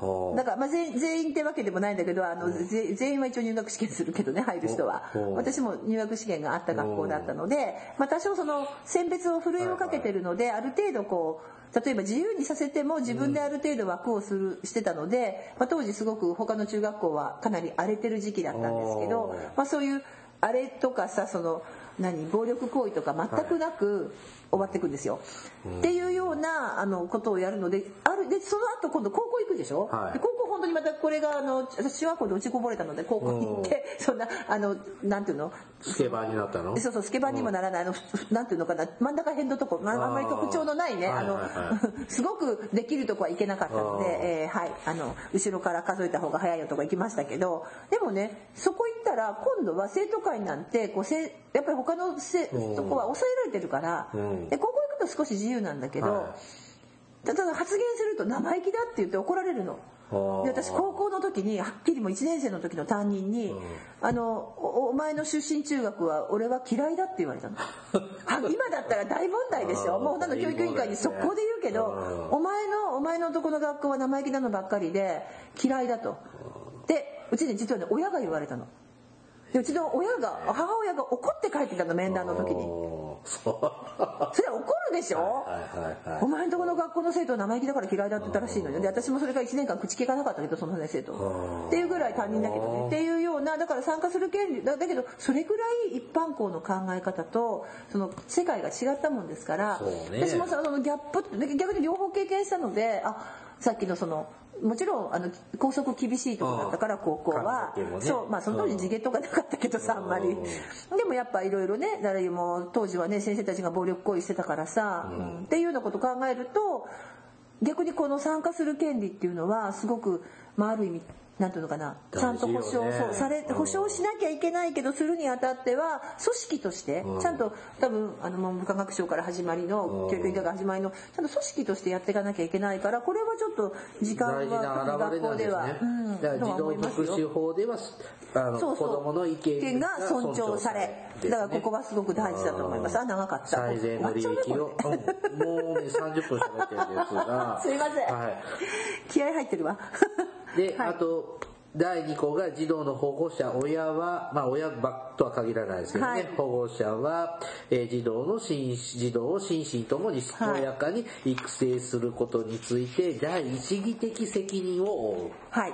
B: だから全員ってわけでもないんだけど全員は一応入学試験するけどね入る人は。私も入学試験があった学校だったので、多少その選別をふるいをかけてるので、ある程度こう例えば自由にさせても自分である程度枠をしてたので、当時すごく他の中学校はかなり荒れてる時期だったんですけど、そういう荒れとかさ暴力行為とか全くなく終わっていくんですよ、っていうようなことをやるのででその後今度高校行くでしょ、で高校本当にまたこれが私中学校で落ちこぼれたので高校に行ってそんななんていうの
A: スケバンになったの？
B: そうスケバンにもならないなんていうのかな真ん中辺のとこあんまり特徴のないねすごくできるとこは行けなかったので、後ろから数えた方が早いよとか行きましたけど、でもねそこ行ったら今度は生徒会なんてやっぱり他のとこは抑えられてるから、で高校行くと少し自由なんだけど、ただ発言すると生意気だって言って怒られるの。で私高校の時にはっきりも1年生の時の担任にお前の出身中学は俺は嫌いだって言われたの今だったら大問題でしょ、もう教育委員会に速攻で言うけどお前のとこの学校は生意気なのばっかりで嫌いだと。でうちに実はね親が言われたの。でうちの母親が怒って帰ってきたの面談の時に。それは怒るでしょ、お前んとこの学校の生徒は生意気だから嫌いだって言ったらしいのよ。で私もそれから1年間口聞かなかったけどその生徒っていうぐらい担任だけどねっていうような、だから参加する権利だけどそれぐらい一般校の考え方とその世界が違ったもんですから、私もそのギャップ逆に両方経験したのでさっきのもちろん校則厳しいところだったから高校は、その当時地毛とかなかったけどさあんまりでもやっぱいろいろね誰も当時はね先生たちが暴力行為してたからさ、っていうようなことを考えると逆にこの参加する権利っていうのはすごくある意味なんていうのかな、ちゃんと保障しなきゃいけないけどするにあたっては組織としてちゃんと多分文部科学省から始まりの教育委員会が始まりのちゃんと組織としてやっていかなきゃいけないから、これはちょっと時間は学校では
A: 児童福祉法では子どもの意見が尊重され、だからここはすごく大事だと思います。長かった。最善の利益をもう30分喋ってるんですが
B: すいません、気合入ってるわ
A: で、あと第2項が児童の保護者親は親とは限らないですけどね、保護者は、児童を心身ともに健やかに育成することについて第一義的責任を負う。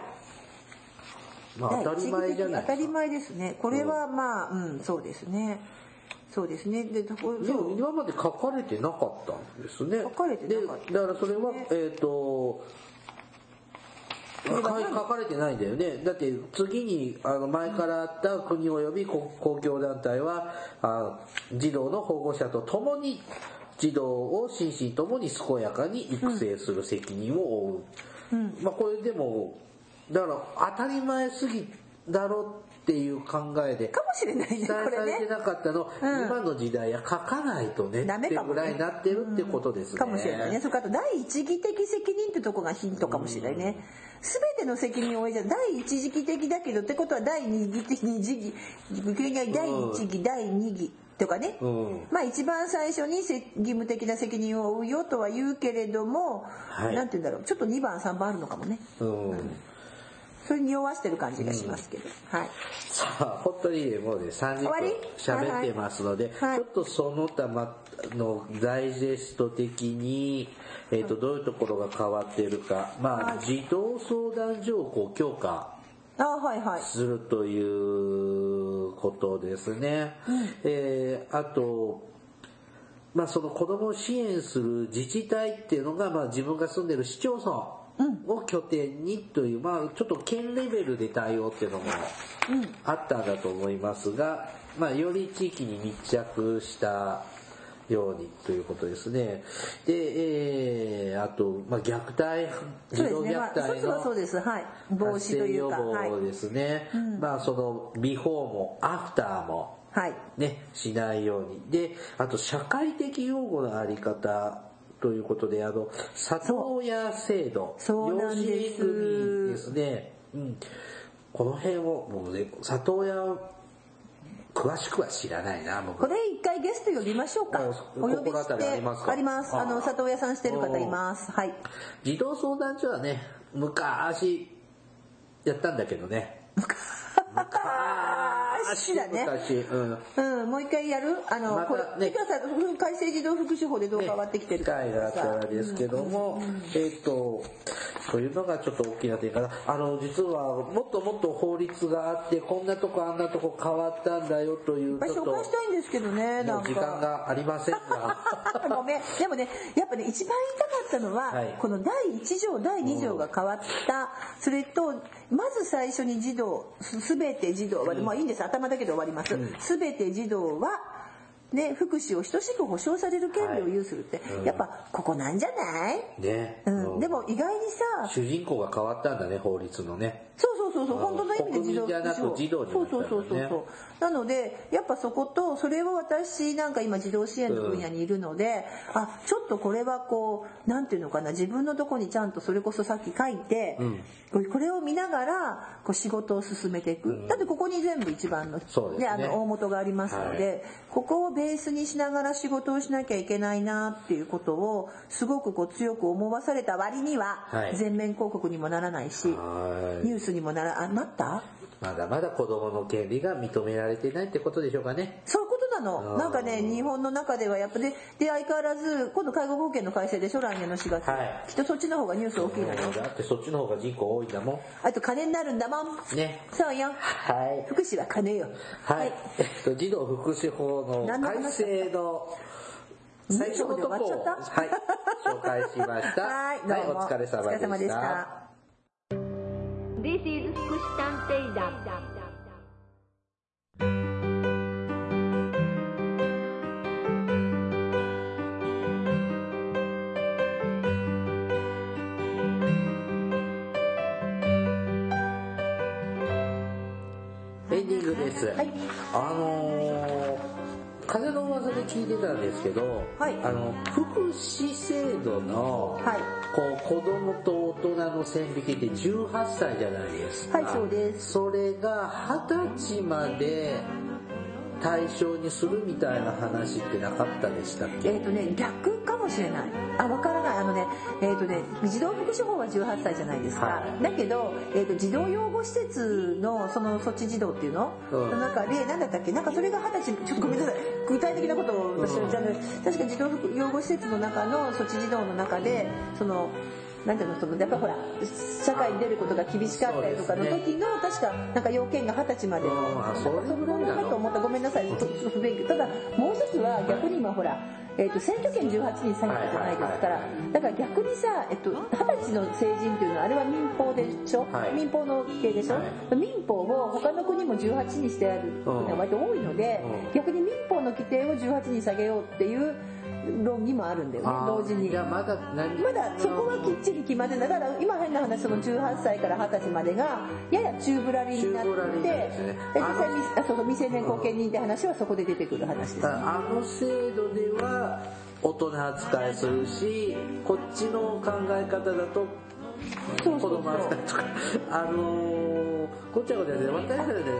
A: 当たり前じゃないですか。当たり前ですね。これはそうですね。そうですね。でも今まで書かれてなかったんですね。
B: 書かれてなかった。
A: だからそれは書かれてないんだよね。だって次に前からあった国及び公共団体は児童の保護者と共に児童を心身ともに健やかに育成する責任を負う、これでもだから当たり前すぎだろっていう考えで
B: かもしれないね。
A: 伝えされてなかったの、今の時代は書かないとねってぐらいになってるってことですね。
B: かもしれないね。それから第一義的責任ってとこがヒントかもしれないね。全ての責任を負いじゃ第一義的だけどってことは第二義的に第一義第二義とかね、一番最初に義務的な責任を負うよとは言うけれども、なんて言うんだろう、ちょっと2番3番あるのかもね。それに匂わしてる感じがしますけど、
A: さあ本当にもうね30分喋ってますので、ちょっとその他のダイジェスト的に、どういうところが変わっているか、児童相談所を強化するということですね。あとその子どもを支援する自治体っていうのが、自分が住んでる市町村を拠点にという、ちょっと県レベルで対応っていうのもあったんだと思いますが、より地域に密着したようにということですね。で、あと、児童虐待の防止というか、予防ですね。そのビフォーもアフターもしないように。で、あと社会的養護のあり方ということで里親制度、養子縁組ですね。この辺をもうね里親詳しくは知らないな。
B: これ一回ゲスト呼びましょうか。お呼びして。あります。里親さんしてる方います。はい。
A: 児童相談所はね、昔やったんだけどね。
B: 昔だね。もう一回やる？これ、ね、改正児童福祉法でどう変わってきてるか。
A: 機会があったらですけども、そういうのがちょっと大きな点かな。実はもっともっと法律があって、こんなとこあんなとこ変わったんだよというちょっと。
B: 紹介したいんですけどね、
A: なんか。時間がありませんが。
B: ごめん。でもね、やっぱね、一番言いたかったのは、この第1条、第2条が変わった。それと、まず最初に児童、すべて児童は、まあいいんです、頭だけで終わります。すべて児童は、ね、福祉を等しく保障される権利を有するって、やっぱここなんじゃない？
A: ね。
B: でも意外にさ、
A: 主人公が変わったんだね、法律のね。
B: そう本当の意味で
A: 児童じゃなく児童になったんだね。
B: そうなのでやっぱそことそれを私なんか今児童支援の分野にいるので、ちょっとこれはこうなんていうのかな、自分のとこにちゃんとそれこそさっき書いて、これを見ながらこう仕事を進めていく。だってここに全部一番の、大元がありますので、ここをベースにしながら仕事をしなきゃいけないなっていうことをすごくこう強く思わされた割には、全面広告にもならないし、ニュースにもなら待った？
A: まだまだ子供の権利が認められてないってことでしょうかね。
B: そういうことなの。なんかね、日本の中ではやっぱりで相変わらず今度介護保険の改正でしょ、来年の4月、きっとそっちの方がニュース大きいのよ。
A: だってそっちの方が人口多いんだもん。
B: あと金になるんだもん
A: ね。
B: そうよ。福祉は金よ。
A: 児童福祉法の改正の最初のところを紹介しました。お疲れ様でした。
C: This is 福祉探偵団。
A: エンディングです。風の噂で聞いてたんですけど、福祉制度の、子供と大人の線引きって18歳じゃないですか。
B: そうです。
A: それが20歳まで対象にするみたいな話ってなかったでしたっけ？
B: 逆かもしれない。わからない。児童福祉法は18歳じゃないですか。だけど、児童養護施設のその措置児童っていうのの中で、なんだったっけ？なんかそれが20歳、ちょっとごめんなさい。具体的なことを私は確か児童養護施設の中の措置児童の中で、なんていうの、やっぱほら社会に出ることが厳しかったりとかの時の確かなんか要件が20歳までの、
A: それぐらいだ
B: と思った。ごめんなさい、不勉強。ただもう一つは逆に今ほら、選挙権18人下げたじゃないですから、だから逆にさ、20歳の成人っていうのはあれは民法でしょ、民法の規定でしょ、民法を他の国も18にしてある国が割と多いので、逆に民法の規定を18に下げようっていう論議もあるんだよね、同時に。
A: まだ
B: そこはきっちり決まってない。だから今変な話、その18歳から20歳までがやや宙ぶらりになって、実際に未成年後見人って話はそこで出てくる話です、ね。
A: 制度では大人扱いするし、こっちの考え方だと子供扱いとか、こっちはこっちで私たちで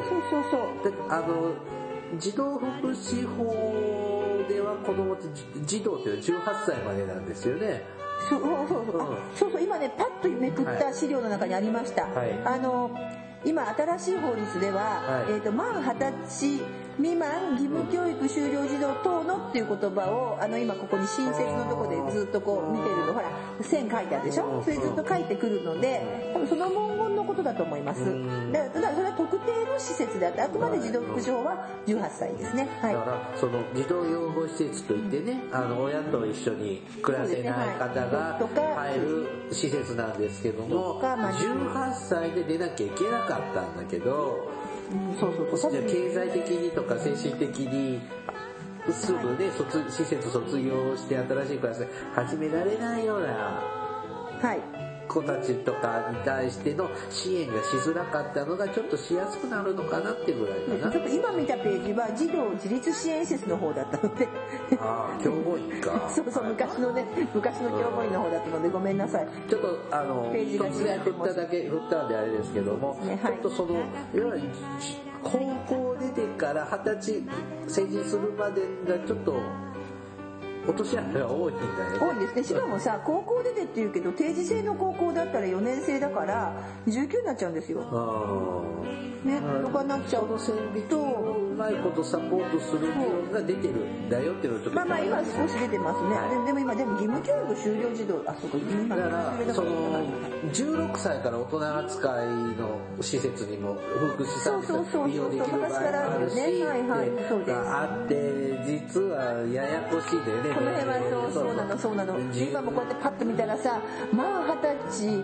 A: 児童福祉法では子供って児童って18歳までなんですよね。そう今ねパッとめくった資料の中にありました。今新しい法律では、満20歳未満義務教育終了児童等のっていう言葉を今ここに新設のとこでずっとこう見てるの、ほら線書いてあるでしょ。それずっと書いてくるので、多分その文言のことだと思います。ただそれは特定の施設であって、あくまで児童福祉法は18歳ですね。だからその児童養護施設といってね、親と一緒に暮らせない方が入る施設なんですけども、18歳で出なきゃいけなかったんだけど、経済的にとか精神的にすぐね、施設卒業して新しいクラスで始められないような子たちとかに対しての支援がしづらかったのがちょっとしやすくなるのかなってぐらいかな。
B: ちょっと今見たページは児童自立支援施設の方だったので、
A: 教護員か。
B: 昔の教護員の方だったのでごめんなさい。
A: ちょっと
B: ページが違って
A: 振ったんであれですけども、ちょっといわゆる高校出てから20歳成人するまでがちょっと落とし穴が多いんだよね。
B: 多いですね。しかもさ、高校出てっていうけど定時制の高校だったら4年生だから19になっちゃうんですよ。ね、とかなっちゃうと、
A: その線引きをうまいことサポートするのが出てるんだよっていうのをちょっと、
B: まあ今少し出てますね、はい、でも今義務教育終了児童、あ、そうか、今
A: だからその16歳から大人扱いの施設にも福祉サービスが利用できる場合もあるし、あって実はややこしいんだよね。
B: この辺はそうなの。今もこうやってパッと見たらさ、満20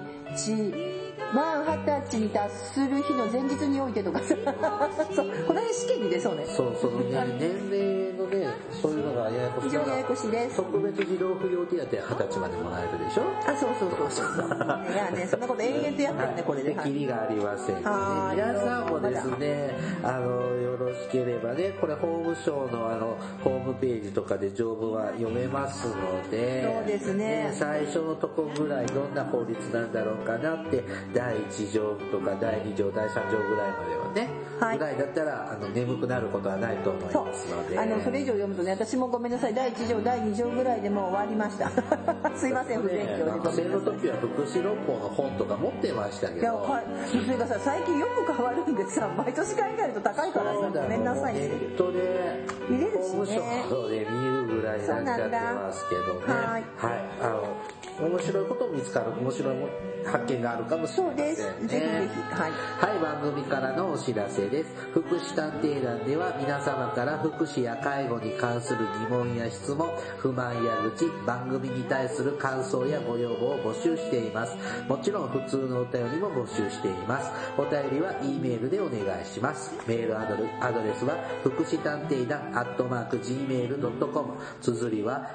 B: 歳に達する日の前日においてとかさそう、この辺試験に出そうね。
A: そうそのね年齢のね、そういうのがややこしい。
B: 非常にややこしいです。
A: 特別児童扶養手当20歳までもらえるでしょ。
B: あ、そういやね、そんなこと延々とやってるね、これで。
A: キリがありません、皆さんもですね、よろしければね、これ法務省のホームページとかで条文は読めますので、
B: そうですね、
A: 最初のとこぐらいどんな法律なんだろうかなって、第1条とか第2条第3条ぐらいまではね、ぐらいだったら眠くなることはないと思いますので、
B: それ以上読むとね、私もごめんなさい、第1条第2条ぐらいでもう終わりましたすいません、不勉強で。
A: 学生の時は福祉六法の本とか持ってましたけど、いや、
B: それがさ、最近よく変わるんでさ、毎年買い替えると高いからさ、ごめんなさいね。
A: ネットで
B: 見れるしね、
A: 法務省で見るぐらいになっちゃってますけどね。はい、面白いこと見つかる、面白い発見があるかもしれませんね。
B: そうです。ぜひぜひ。はい、
A: 番組からのお知らせです。福祉探偵団では皆様から福祉や介護に関する疑問や質問、不満や愚痴、番組に対する感想やご要望を募集しています。もちろん普通のお便りも募集しています。お便りは E メールでお願いします。メールアドレスは福祉探偵団@gmail.com、 綴りは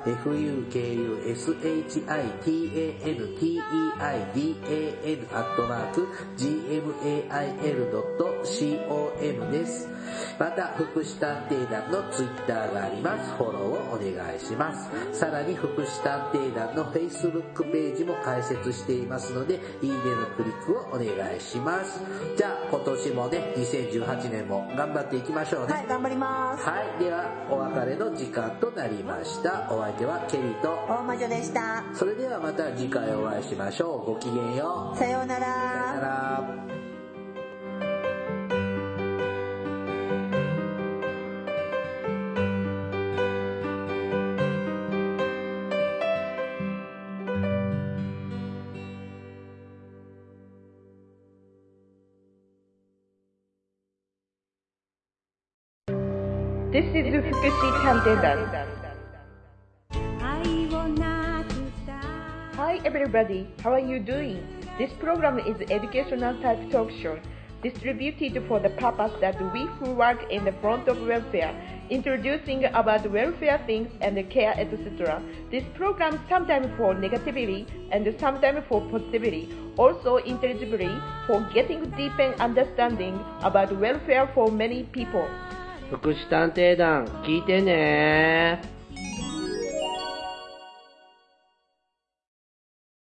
A: fukushitanteidan@gmail.com です。また福祉探偵団のツイッターがあります。フォローをお願いします。さらに福祉探偵団の Facebook ページも開設していますので、いいねのクリックをお願いします。じゃあ今年もね、2018年も頑張っていきましょうね。
B: はい、頑張ります。
A: はい、ではお別れの時間となりました。お相手はケリーと
B: 大魔女でした。
A: それではまた次回お会いしましょう。ごきげんよう。
B: さようなら。
A: さようなら。
D: This is 福祉探偵団。Hi everybody, how are you doing? This program is educational type talk show distributed for the purpose that we who work in the front of welfare, introducing about welfare things and care, etc. This program sometimes for negativity and sometimes for positivity, also intelligibly for getting deeper understanding about welfare for many people.
E: 福祉探偵団聞いてね。